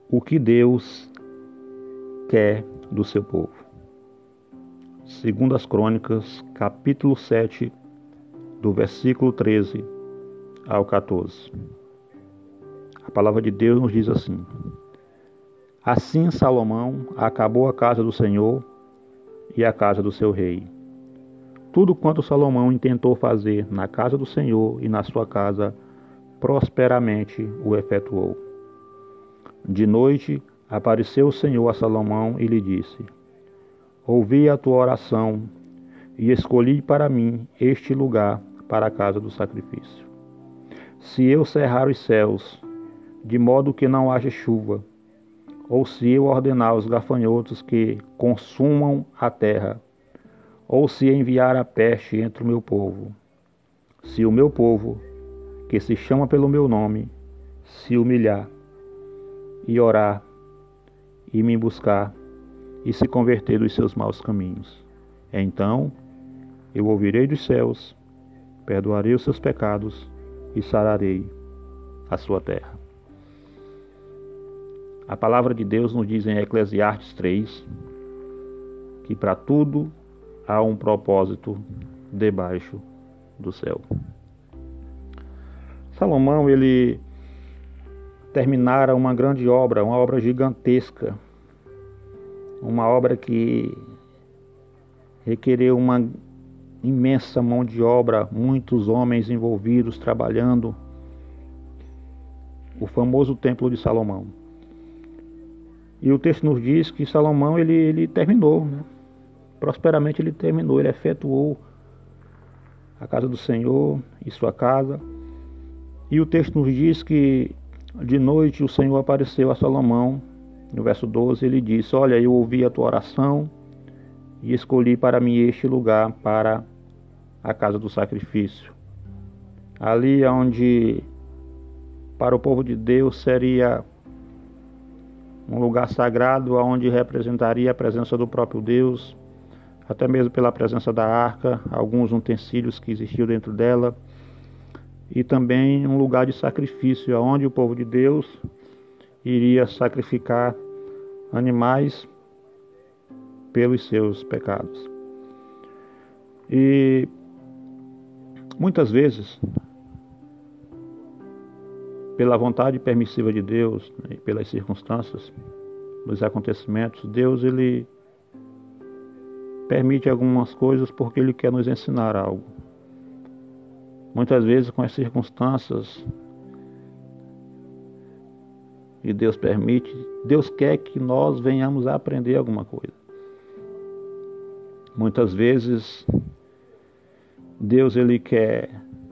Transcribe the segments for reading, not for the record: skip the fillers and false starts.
O que Deus quer do seu povo. Segundo as Crônicas, capítulo 7, do versículo 13 ao 14. A palavra de Deus nos diz assim: Assim Salomão acabou a casa do Senhor e a casa do seu rei. Tudo quanto Salomão intentou fazer na casa do Senhor e na sua casa, prosperamente o efetuou. De noite apareceu o Senhor a Salomão e lhe disse: Ouvi a tua oração e escolhi para mim este lugar para a casa do sacrifício. Se eu cerrar os céus, de modo que não haja chuva, ou se eu ordenar os gafanhotos que consumam a terra, ou se enviar a peste entre o meu povo, se o meu povo, que se chama pelo meu nome, se humilhar e orar e me buscar e se converter dos seus maus caminhos, então eu ouvirei dos céus, perdoarei os seus pecados e sararei a sua terra. A palavra de Deus nos diz em Eclesiastes 3 que para tudo há um propósito debaixo do céu. Salomão, ele terminara uma grande obra, uma obra gigantesca, uma obra que requereu uma imensa mão de obra, muitos homens envolvidos trabalhando, o famoso Templo de Salomão. E o texto nos diz que Salomão ele terminou, né? Prosperamente ele terminou, ele efetuou a casa do Senhor e sua casa. E o texto nos diz que de noite o Senhor apareceu a Salomão, no verso 12, ele disse: Olha, eu ouvi a tua oração e escolhi para mim este lugar para a casa do sacrifício. Ali onde para o povo de Deus seria um lugar sagrado, onde representaria a presença do próprio Deus, até mesmo pela presença da arca, alguns utensílios que existiam dentro dela, e também um lugar de sacrifício, onde o povo de Deus iria sacrificar animais pelos seus pecados. E muitas vezes, pela vontade permissiva de Deus, e pelas circunstâncias, dos acontecimentos, Deus ele permite algumas coisas porque ele quer nos ensinar algo. Muitas vezes com as circunstâncias que Deus permite, Deus quer que nós venhamos a aprender alguma coisa. Muitas vezes Deus ele quer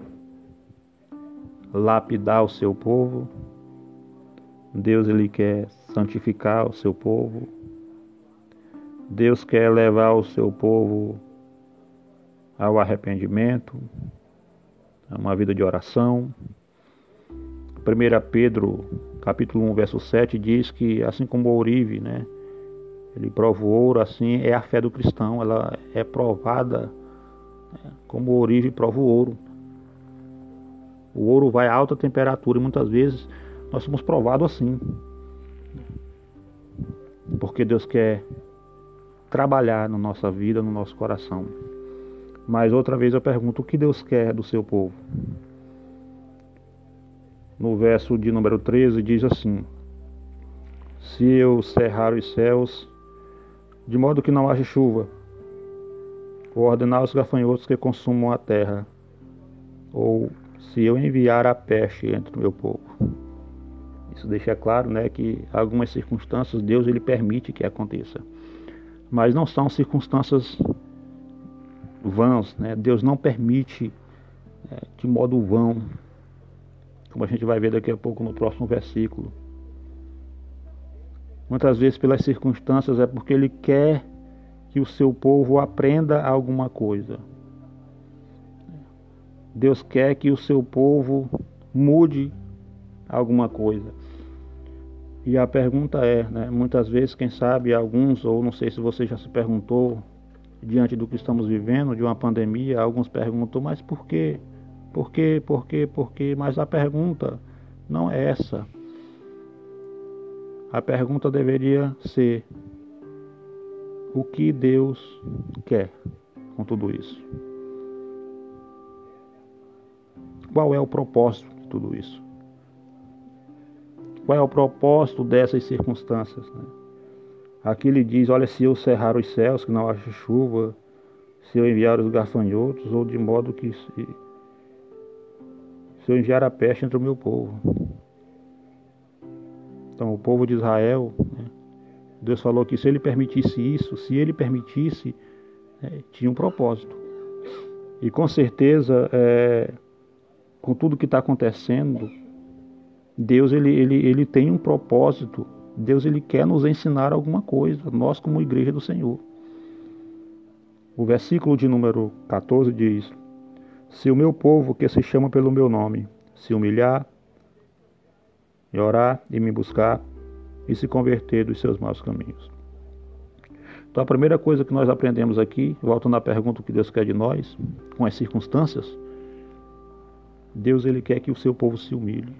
lapidar o seu povo, Deus ele quer santificar o seu povo, Deus quer levar o seu povo ao arrependimento, a uma vida de oração. 1 Pedro capítulo 1, verso 7 diz que assim como o ourive, né, ele prova o ouro, assim é a fé do cristão, ela é provada, né, como o ourive prova o ouro. O ouro vai a alta temperatura e muitas vezes nós somos provados assim, porque Deus quer trabalhar na nossa vida, no nosso coração. Mas outra vez eu pergunto: o que Deus quer do seu povo? No verso de número 13 diz assim: Se eu cerrar os céus, de modo que não haja chuva, ou ordenar os gafanhotos que consumam a terra, ou se eu enviar a peste entre o meu povo. Isso deixa claro, né, que algumas circunstâncias Deus ele permite que aconteça, mas não são circunstâncias vãs, né? Deus não permite de modo vão, como a gente vai ver daqui a pouco no próximo versículo. Muitas vezes pelas circunstâncias é porque ele quer que o seu povo aprenda alguma coisa. Deus quer que o seu povo mude alguma coisa. E a pergunta é, né, muitas vezes, quem sabe alguns, ou não sei se você já se perguntou, diante do que estamos vivendo, de uma pandemia, alguns perguntam: mas por quê? Por quê? Por quê? Por quê? Mas a pergunta não é essa. a pergunta deveria ser: o que Deus quer com tudo isso? Qual é o propósito de tudo isso? Qual é o propósito dessas circunstâncias, né? Aqui ele diz: olha, se eu cerrar os céus, que não haja chuva, se eu enviar os gafanhotos, ou de modo que se eu enviar a peste entre o meu povo. Então o povo de Israel, né, Deus falou que se ele permitisse isso, tinha um propósito. E com certeza, com tudo que está acontecendo, Deus ele tem um propósito. Deus ele quer nos ensinar alguma coisa, nós como igreja do Senhor. O versículo de número 14 diz: se o meu povo, que se chama pelo meu nome, se humilhar, e orar e me buscar, e se converter dos seus maus caminhos. Então a primeira coisa que nós aprendemos aqui, voltando à pergunta: o que Deus quer de nós, com as circunstâncias, Deus ele quer que o seu povo se humilhe.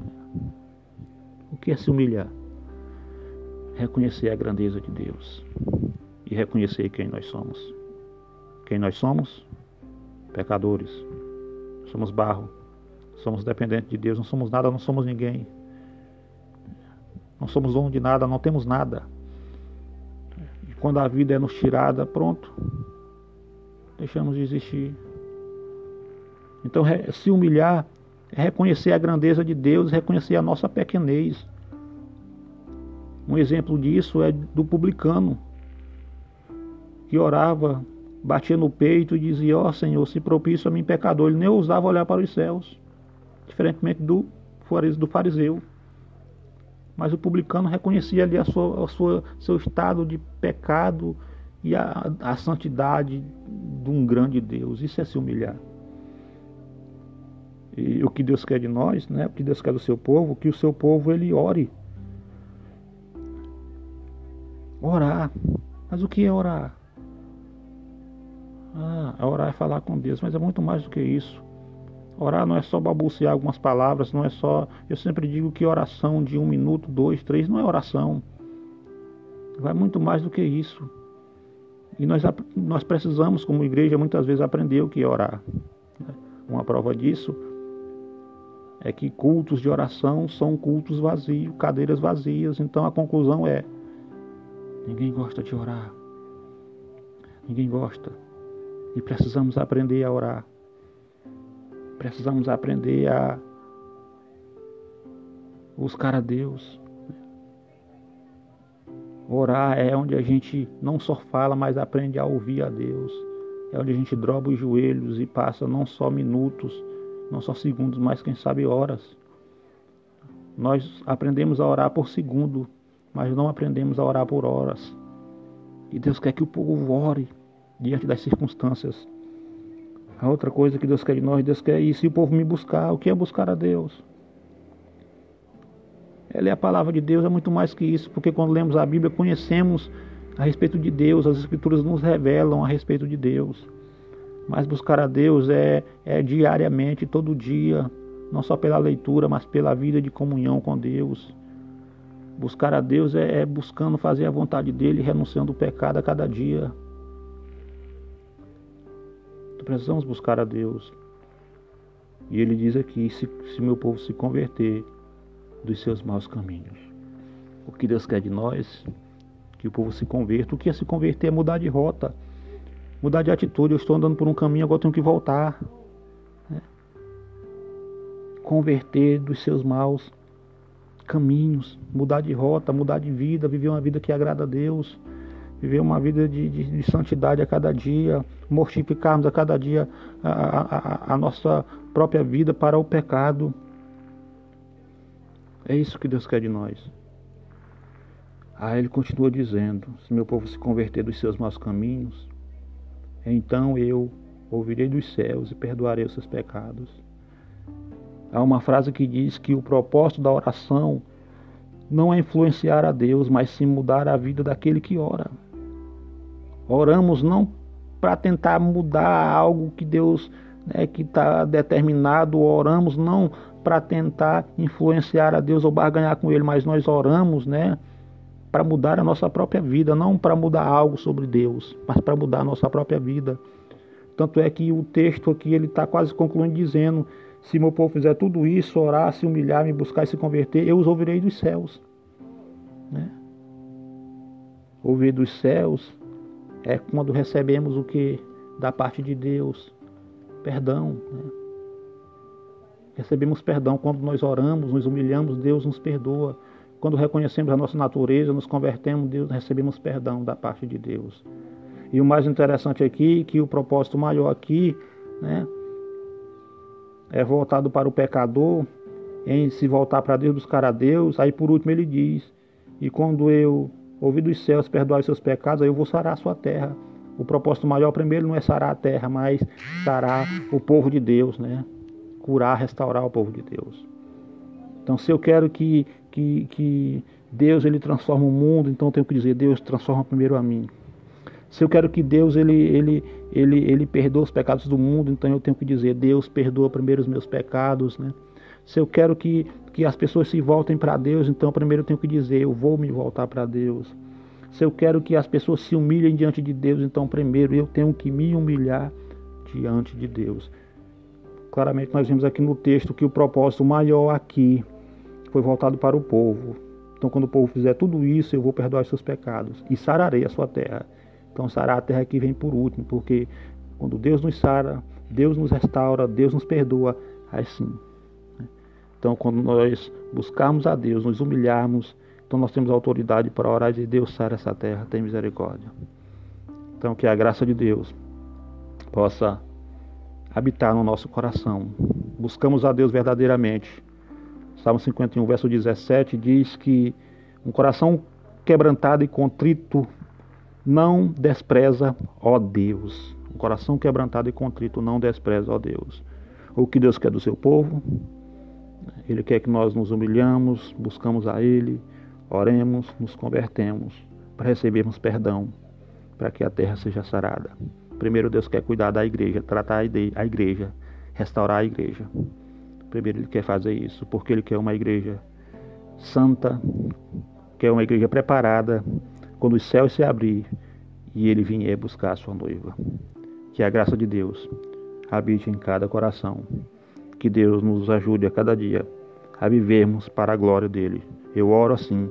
O que é se humilhar? Reconhecer a grandeza de Deus e reconhecer quem nós somos. Quem nós somos? Pecadores. Somos barro. Somos dependentes de Deus. Não somos nada, não somos ninguém. Não somos dono de nada, não temos nada. E quando a vida é nos tirada, pronto, deixamos de existir. Então, se humilhar é reconhecer a grandeza de Deus, reconhecer a nossa pequenez. Um exemplo disso é do publicano, que orava, batia no peito e dizia: ó Senhor, se propício a mim pecador. Ele nem ousava olhar para os céus, diferentemente do fariseu. Mas o publicano reconhecia ali seu estado de pecado e a santidade de um grande Deus. Isso é se humilhar. E o que Deus quer de nós, né? O que Deus quer do seu povo, que o seu povo ele ore. Orar. Mas o que é orar? Orar é falar com Deus, mas é muito mais do que isso. Orar não é só balbuciar algumas palavras, não é só... Eu sempre digo que oração de 1 minuto, 2, 3, não é oração. Vai muito mais do que isso. E nós precisamos, como igreja, muitas vezes aprender o que é orar. Uma prova disso é que cultos de oração são cultos vazios, cadeiras vazias. Então a conclusão é: ninguém gosta de orar. Ninguém gosta. E precisamos aprender a orar. Precisamos aprender a buscar a Deus. Orar é onde a gente não só fala, mas aprende a ouvir a Deus. É onde a gente dobra os joelhos e passa não só minutos, não só segundos, mas quem sabe horas. Nós aprendemos a orar por segundo, mas não aprendemos a orar por horas. E Deus quer que o povo ore diante das circunstâncias. A outra coisa que Deus quer de nós, Deus quer isso. Se o povo me buscar, o que é buscar a Deus? Ela é a palavra de Deus, é muito mais que isso, porque quando lemos a Bíblia, conhecemos a respeito de Deus, as Escrituras nos revelam a respeito de Deus. Mas buscar a Deus é diariamente, todo dia, não só pela leitura, mas pela vida de comunhão com Deus. Buscar a Deus é buscando fazer a vontade dEle, renunciando o pecado a cada dia. Precisamos buscar a Deus. E ele diz aqui: se meu povo se converter dos seus maus caminhos. O que Deus quer de nós? Que o povo se converta. O que é se converter? É mudar de rota, mudar de atitude. Eu estou andando por um caminho, agora tenho que voltar. Converter dos seus maus caminhos, mudar de rota, mudar de vida, viver uma vida que agrada a Deus. Viver uma vida de santidade a cada dia, mortificarmos a cada dia a nossa própria vida para o pecado. É isso que Deus quer de nós. Ele continua dizendo: se meu povo se converter dos seus maus caminhos, então eu ouvirei dos céus e perdoarei os seus pecados. Há uma frase que diz que o propósito da oração não é influenciar a Deus, mas sim mudar a vida daquele que ora. Oramos não para tentar mudar algo que Deus né, que está determinado, oramos não para tentar influenciar a Deus ou barganhar com Ele, mas nós oramos, né, para mudar a nossa própria vida, não para mudar algo sobre Deus, mas para mudar a nossa própria vida. Tanto é que o texto aqui ele está quase concluindo dizendo: se meu povo fizer tudo isso, orar, se humilhar, me buscar e se converter, eu os ouvirei dos céus. Né? Ouvir dos céus é quando recebemos o que? Da parte de Deus. Perdão. Né? Recebemos perdão quando nós oramos, nos humilhamos, Deus nos perdoa. Quando reconhecemos a nossa natureza, nos convertemos, Deus, recebemos perdão da parte de Deus. E o mais interessante aqui, que o propósito maior aqui, né, é voltado para o pecador, em se voltar para Deus, buscar a Deus. Aí por último ele diz: e quando eu ouvir dos céus perdoar os seus pecados, aí eu vou sarar a sua terra. O propósito maior primeiro não é sarar a terra, mas sarar o povo de Deus, né? Curar, restaurar o povo de Deus. Então, se eu quero que Deus ele transforme o mundo, então eu tenho que dizer: Deus, transforma primeiro a mim. Se eu quero que Deus ele perdoe os pecados do mundo, então eu tenho que dizer: Deus, perdoa primeiro os meus pecados, né? Se eu quero que as pessoas se voltem para Deus, então primeiro eu tenho que dizer: eu vou me voltar para Deus. Se eu quero que as pessoas se humilhem diante de Deus, então primeiro eu tenho que me humilhar diante de Deus. Claramente nós vimos aqui no texto que o propósito maior aqui foi voltado para o povo. Então quando o povo fizer tudo isso, eu vou perdoar os seus pecados e sararei a sua terra. Então sarar a terra aqui vem por último, porque quando Deus nos sara, Deus nos restaura, Deus nos perdoa, aí sim. Então quando nós buscarmos a Deus, nos humilharmos, então nós temos autoridade para orar e dizer: Deus, sara essa terra, tem misericórdia. Então que a graça de Deus possa habitar no nosso coração. Buscamos a Deus verdadeiramente. Salmo 51, verso 17 diz que um coração quebrantado e contrito não despreza, ó Deus. Um coração quebrantado e contrito não despreza, ó Deus. O que Deus quer do seu povo? Ele quer que nós nos humilhamos, buscamos a Ele, oremos, nos convertemos, para recebermos perdão, para que a terra seja sarada. Primeiro Deus quer cuidar da igreja, tratar a igreja, restaurar a igreja. Primeiro Ele quer fazer isso, porque Ele quer uma igreja santa, quer uma igreja preparada, quando os céus se abrir e Ele vier buscar a sua noiva. Que a graça de Deus habite em cada coração. Que Deus nos ajude a cada dia a vivermos para a glória dEle. Eu oro assim,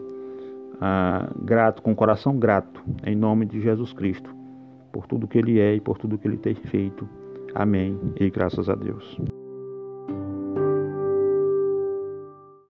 grato, com o coração grato, em nome de Jesus Cristo, por tudo que Ele é e por tudo que Ele tem feito. Amém e graças a Deus.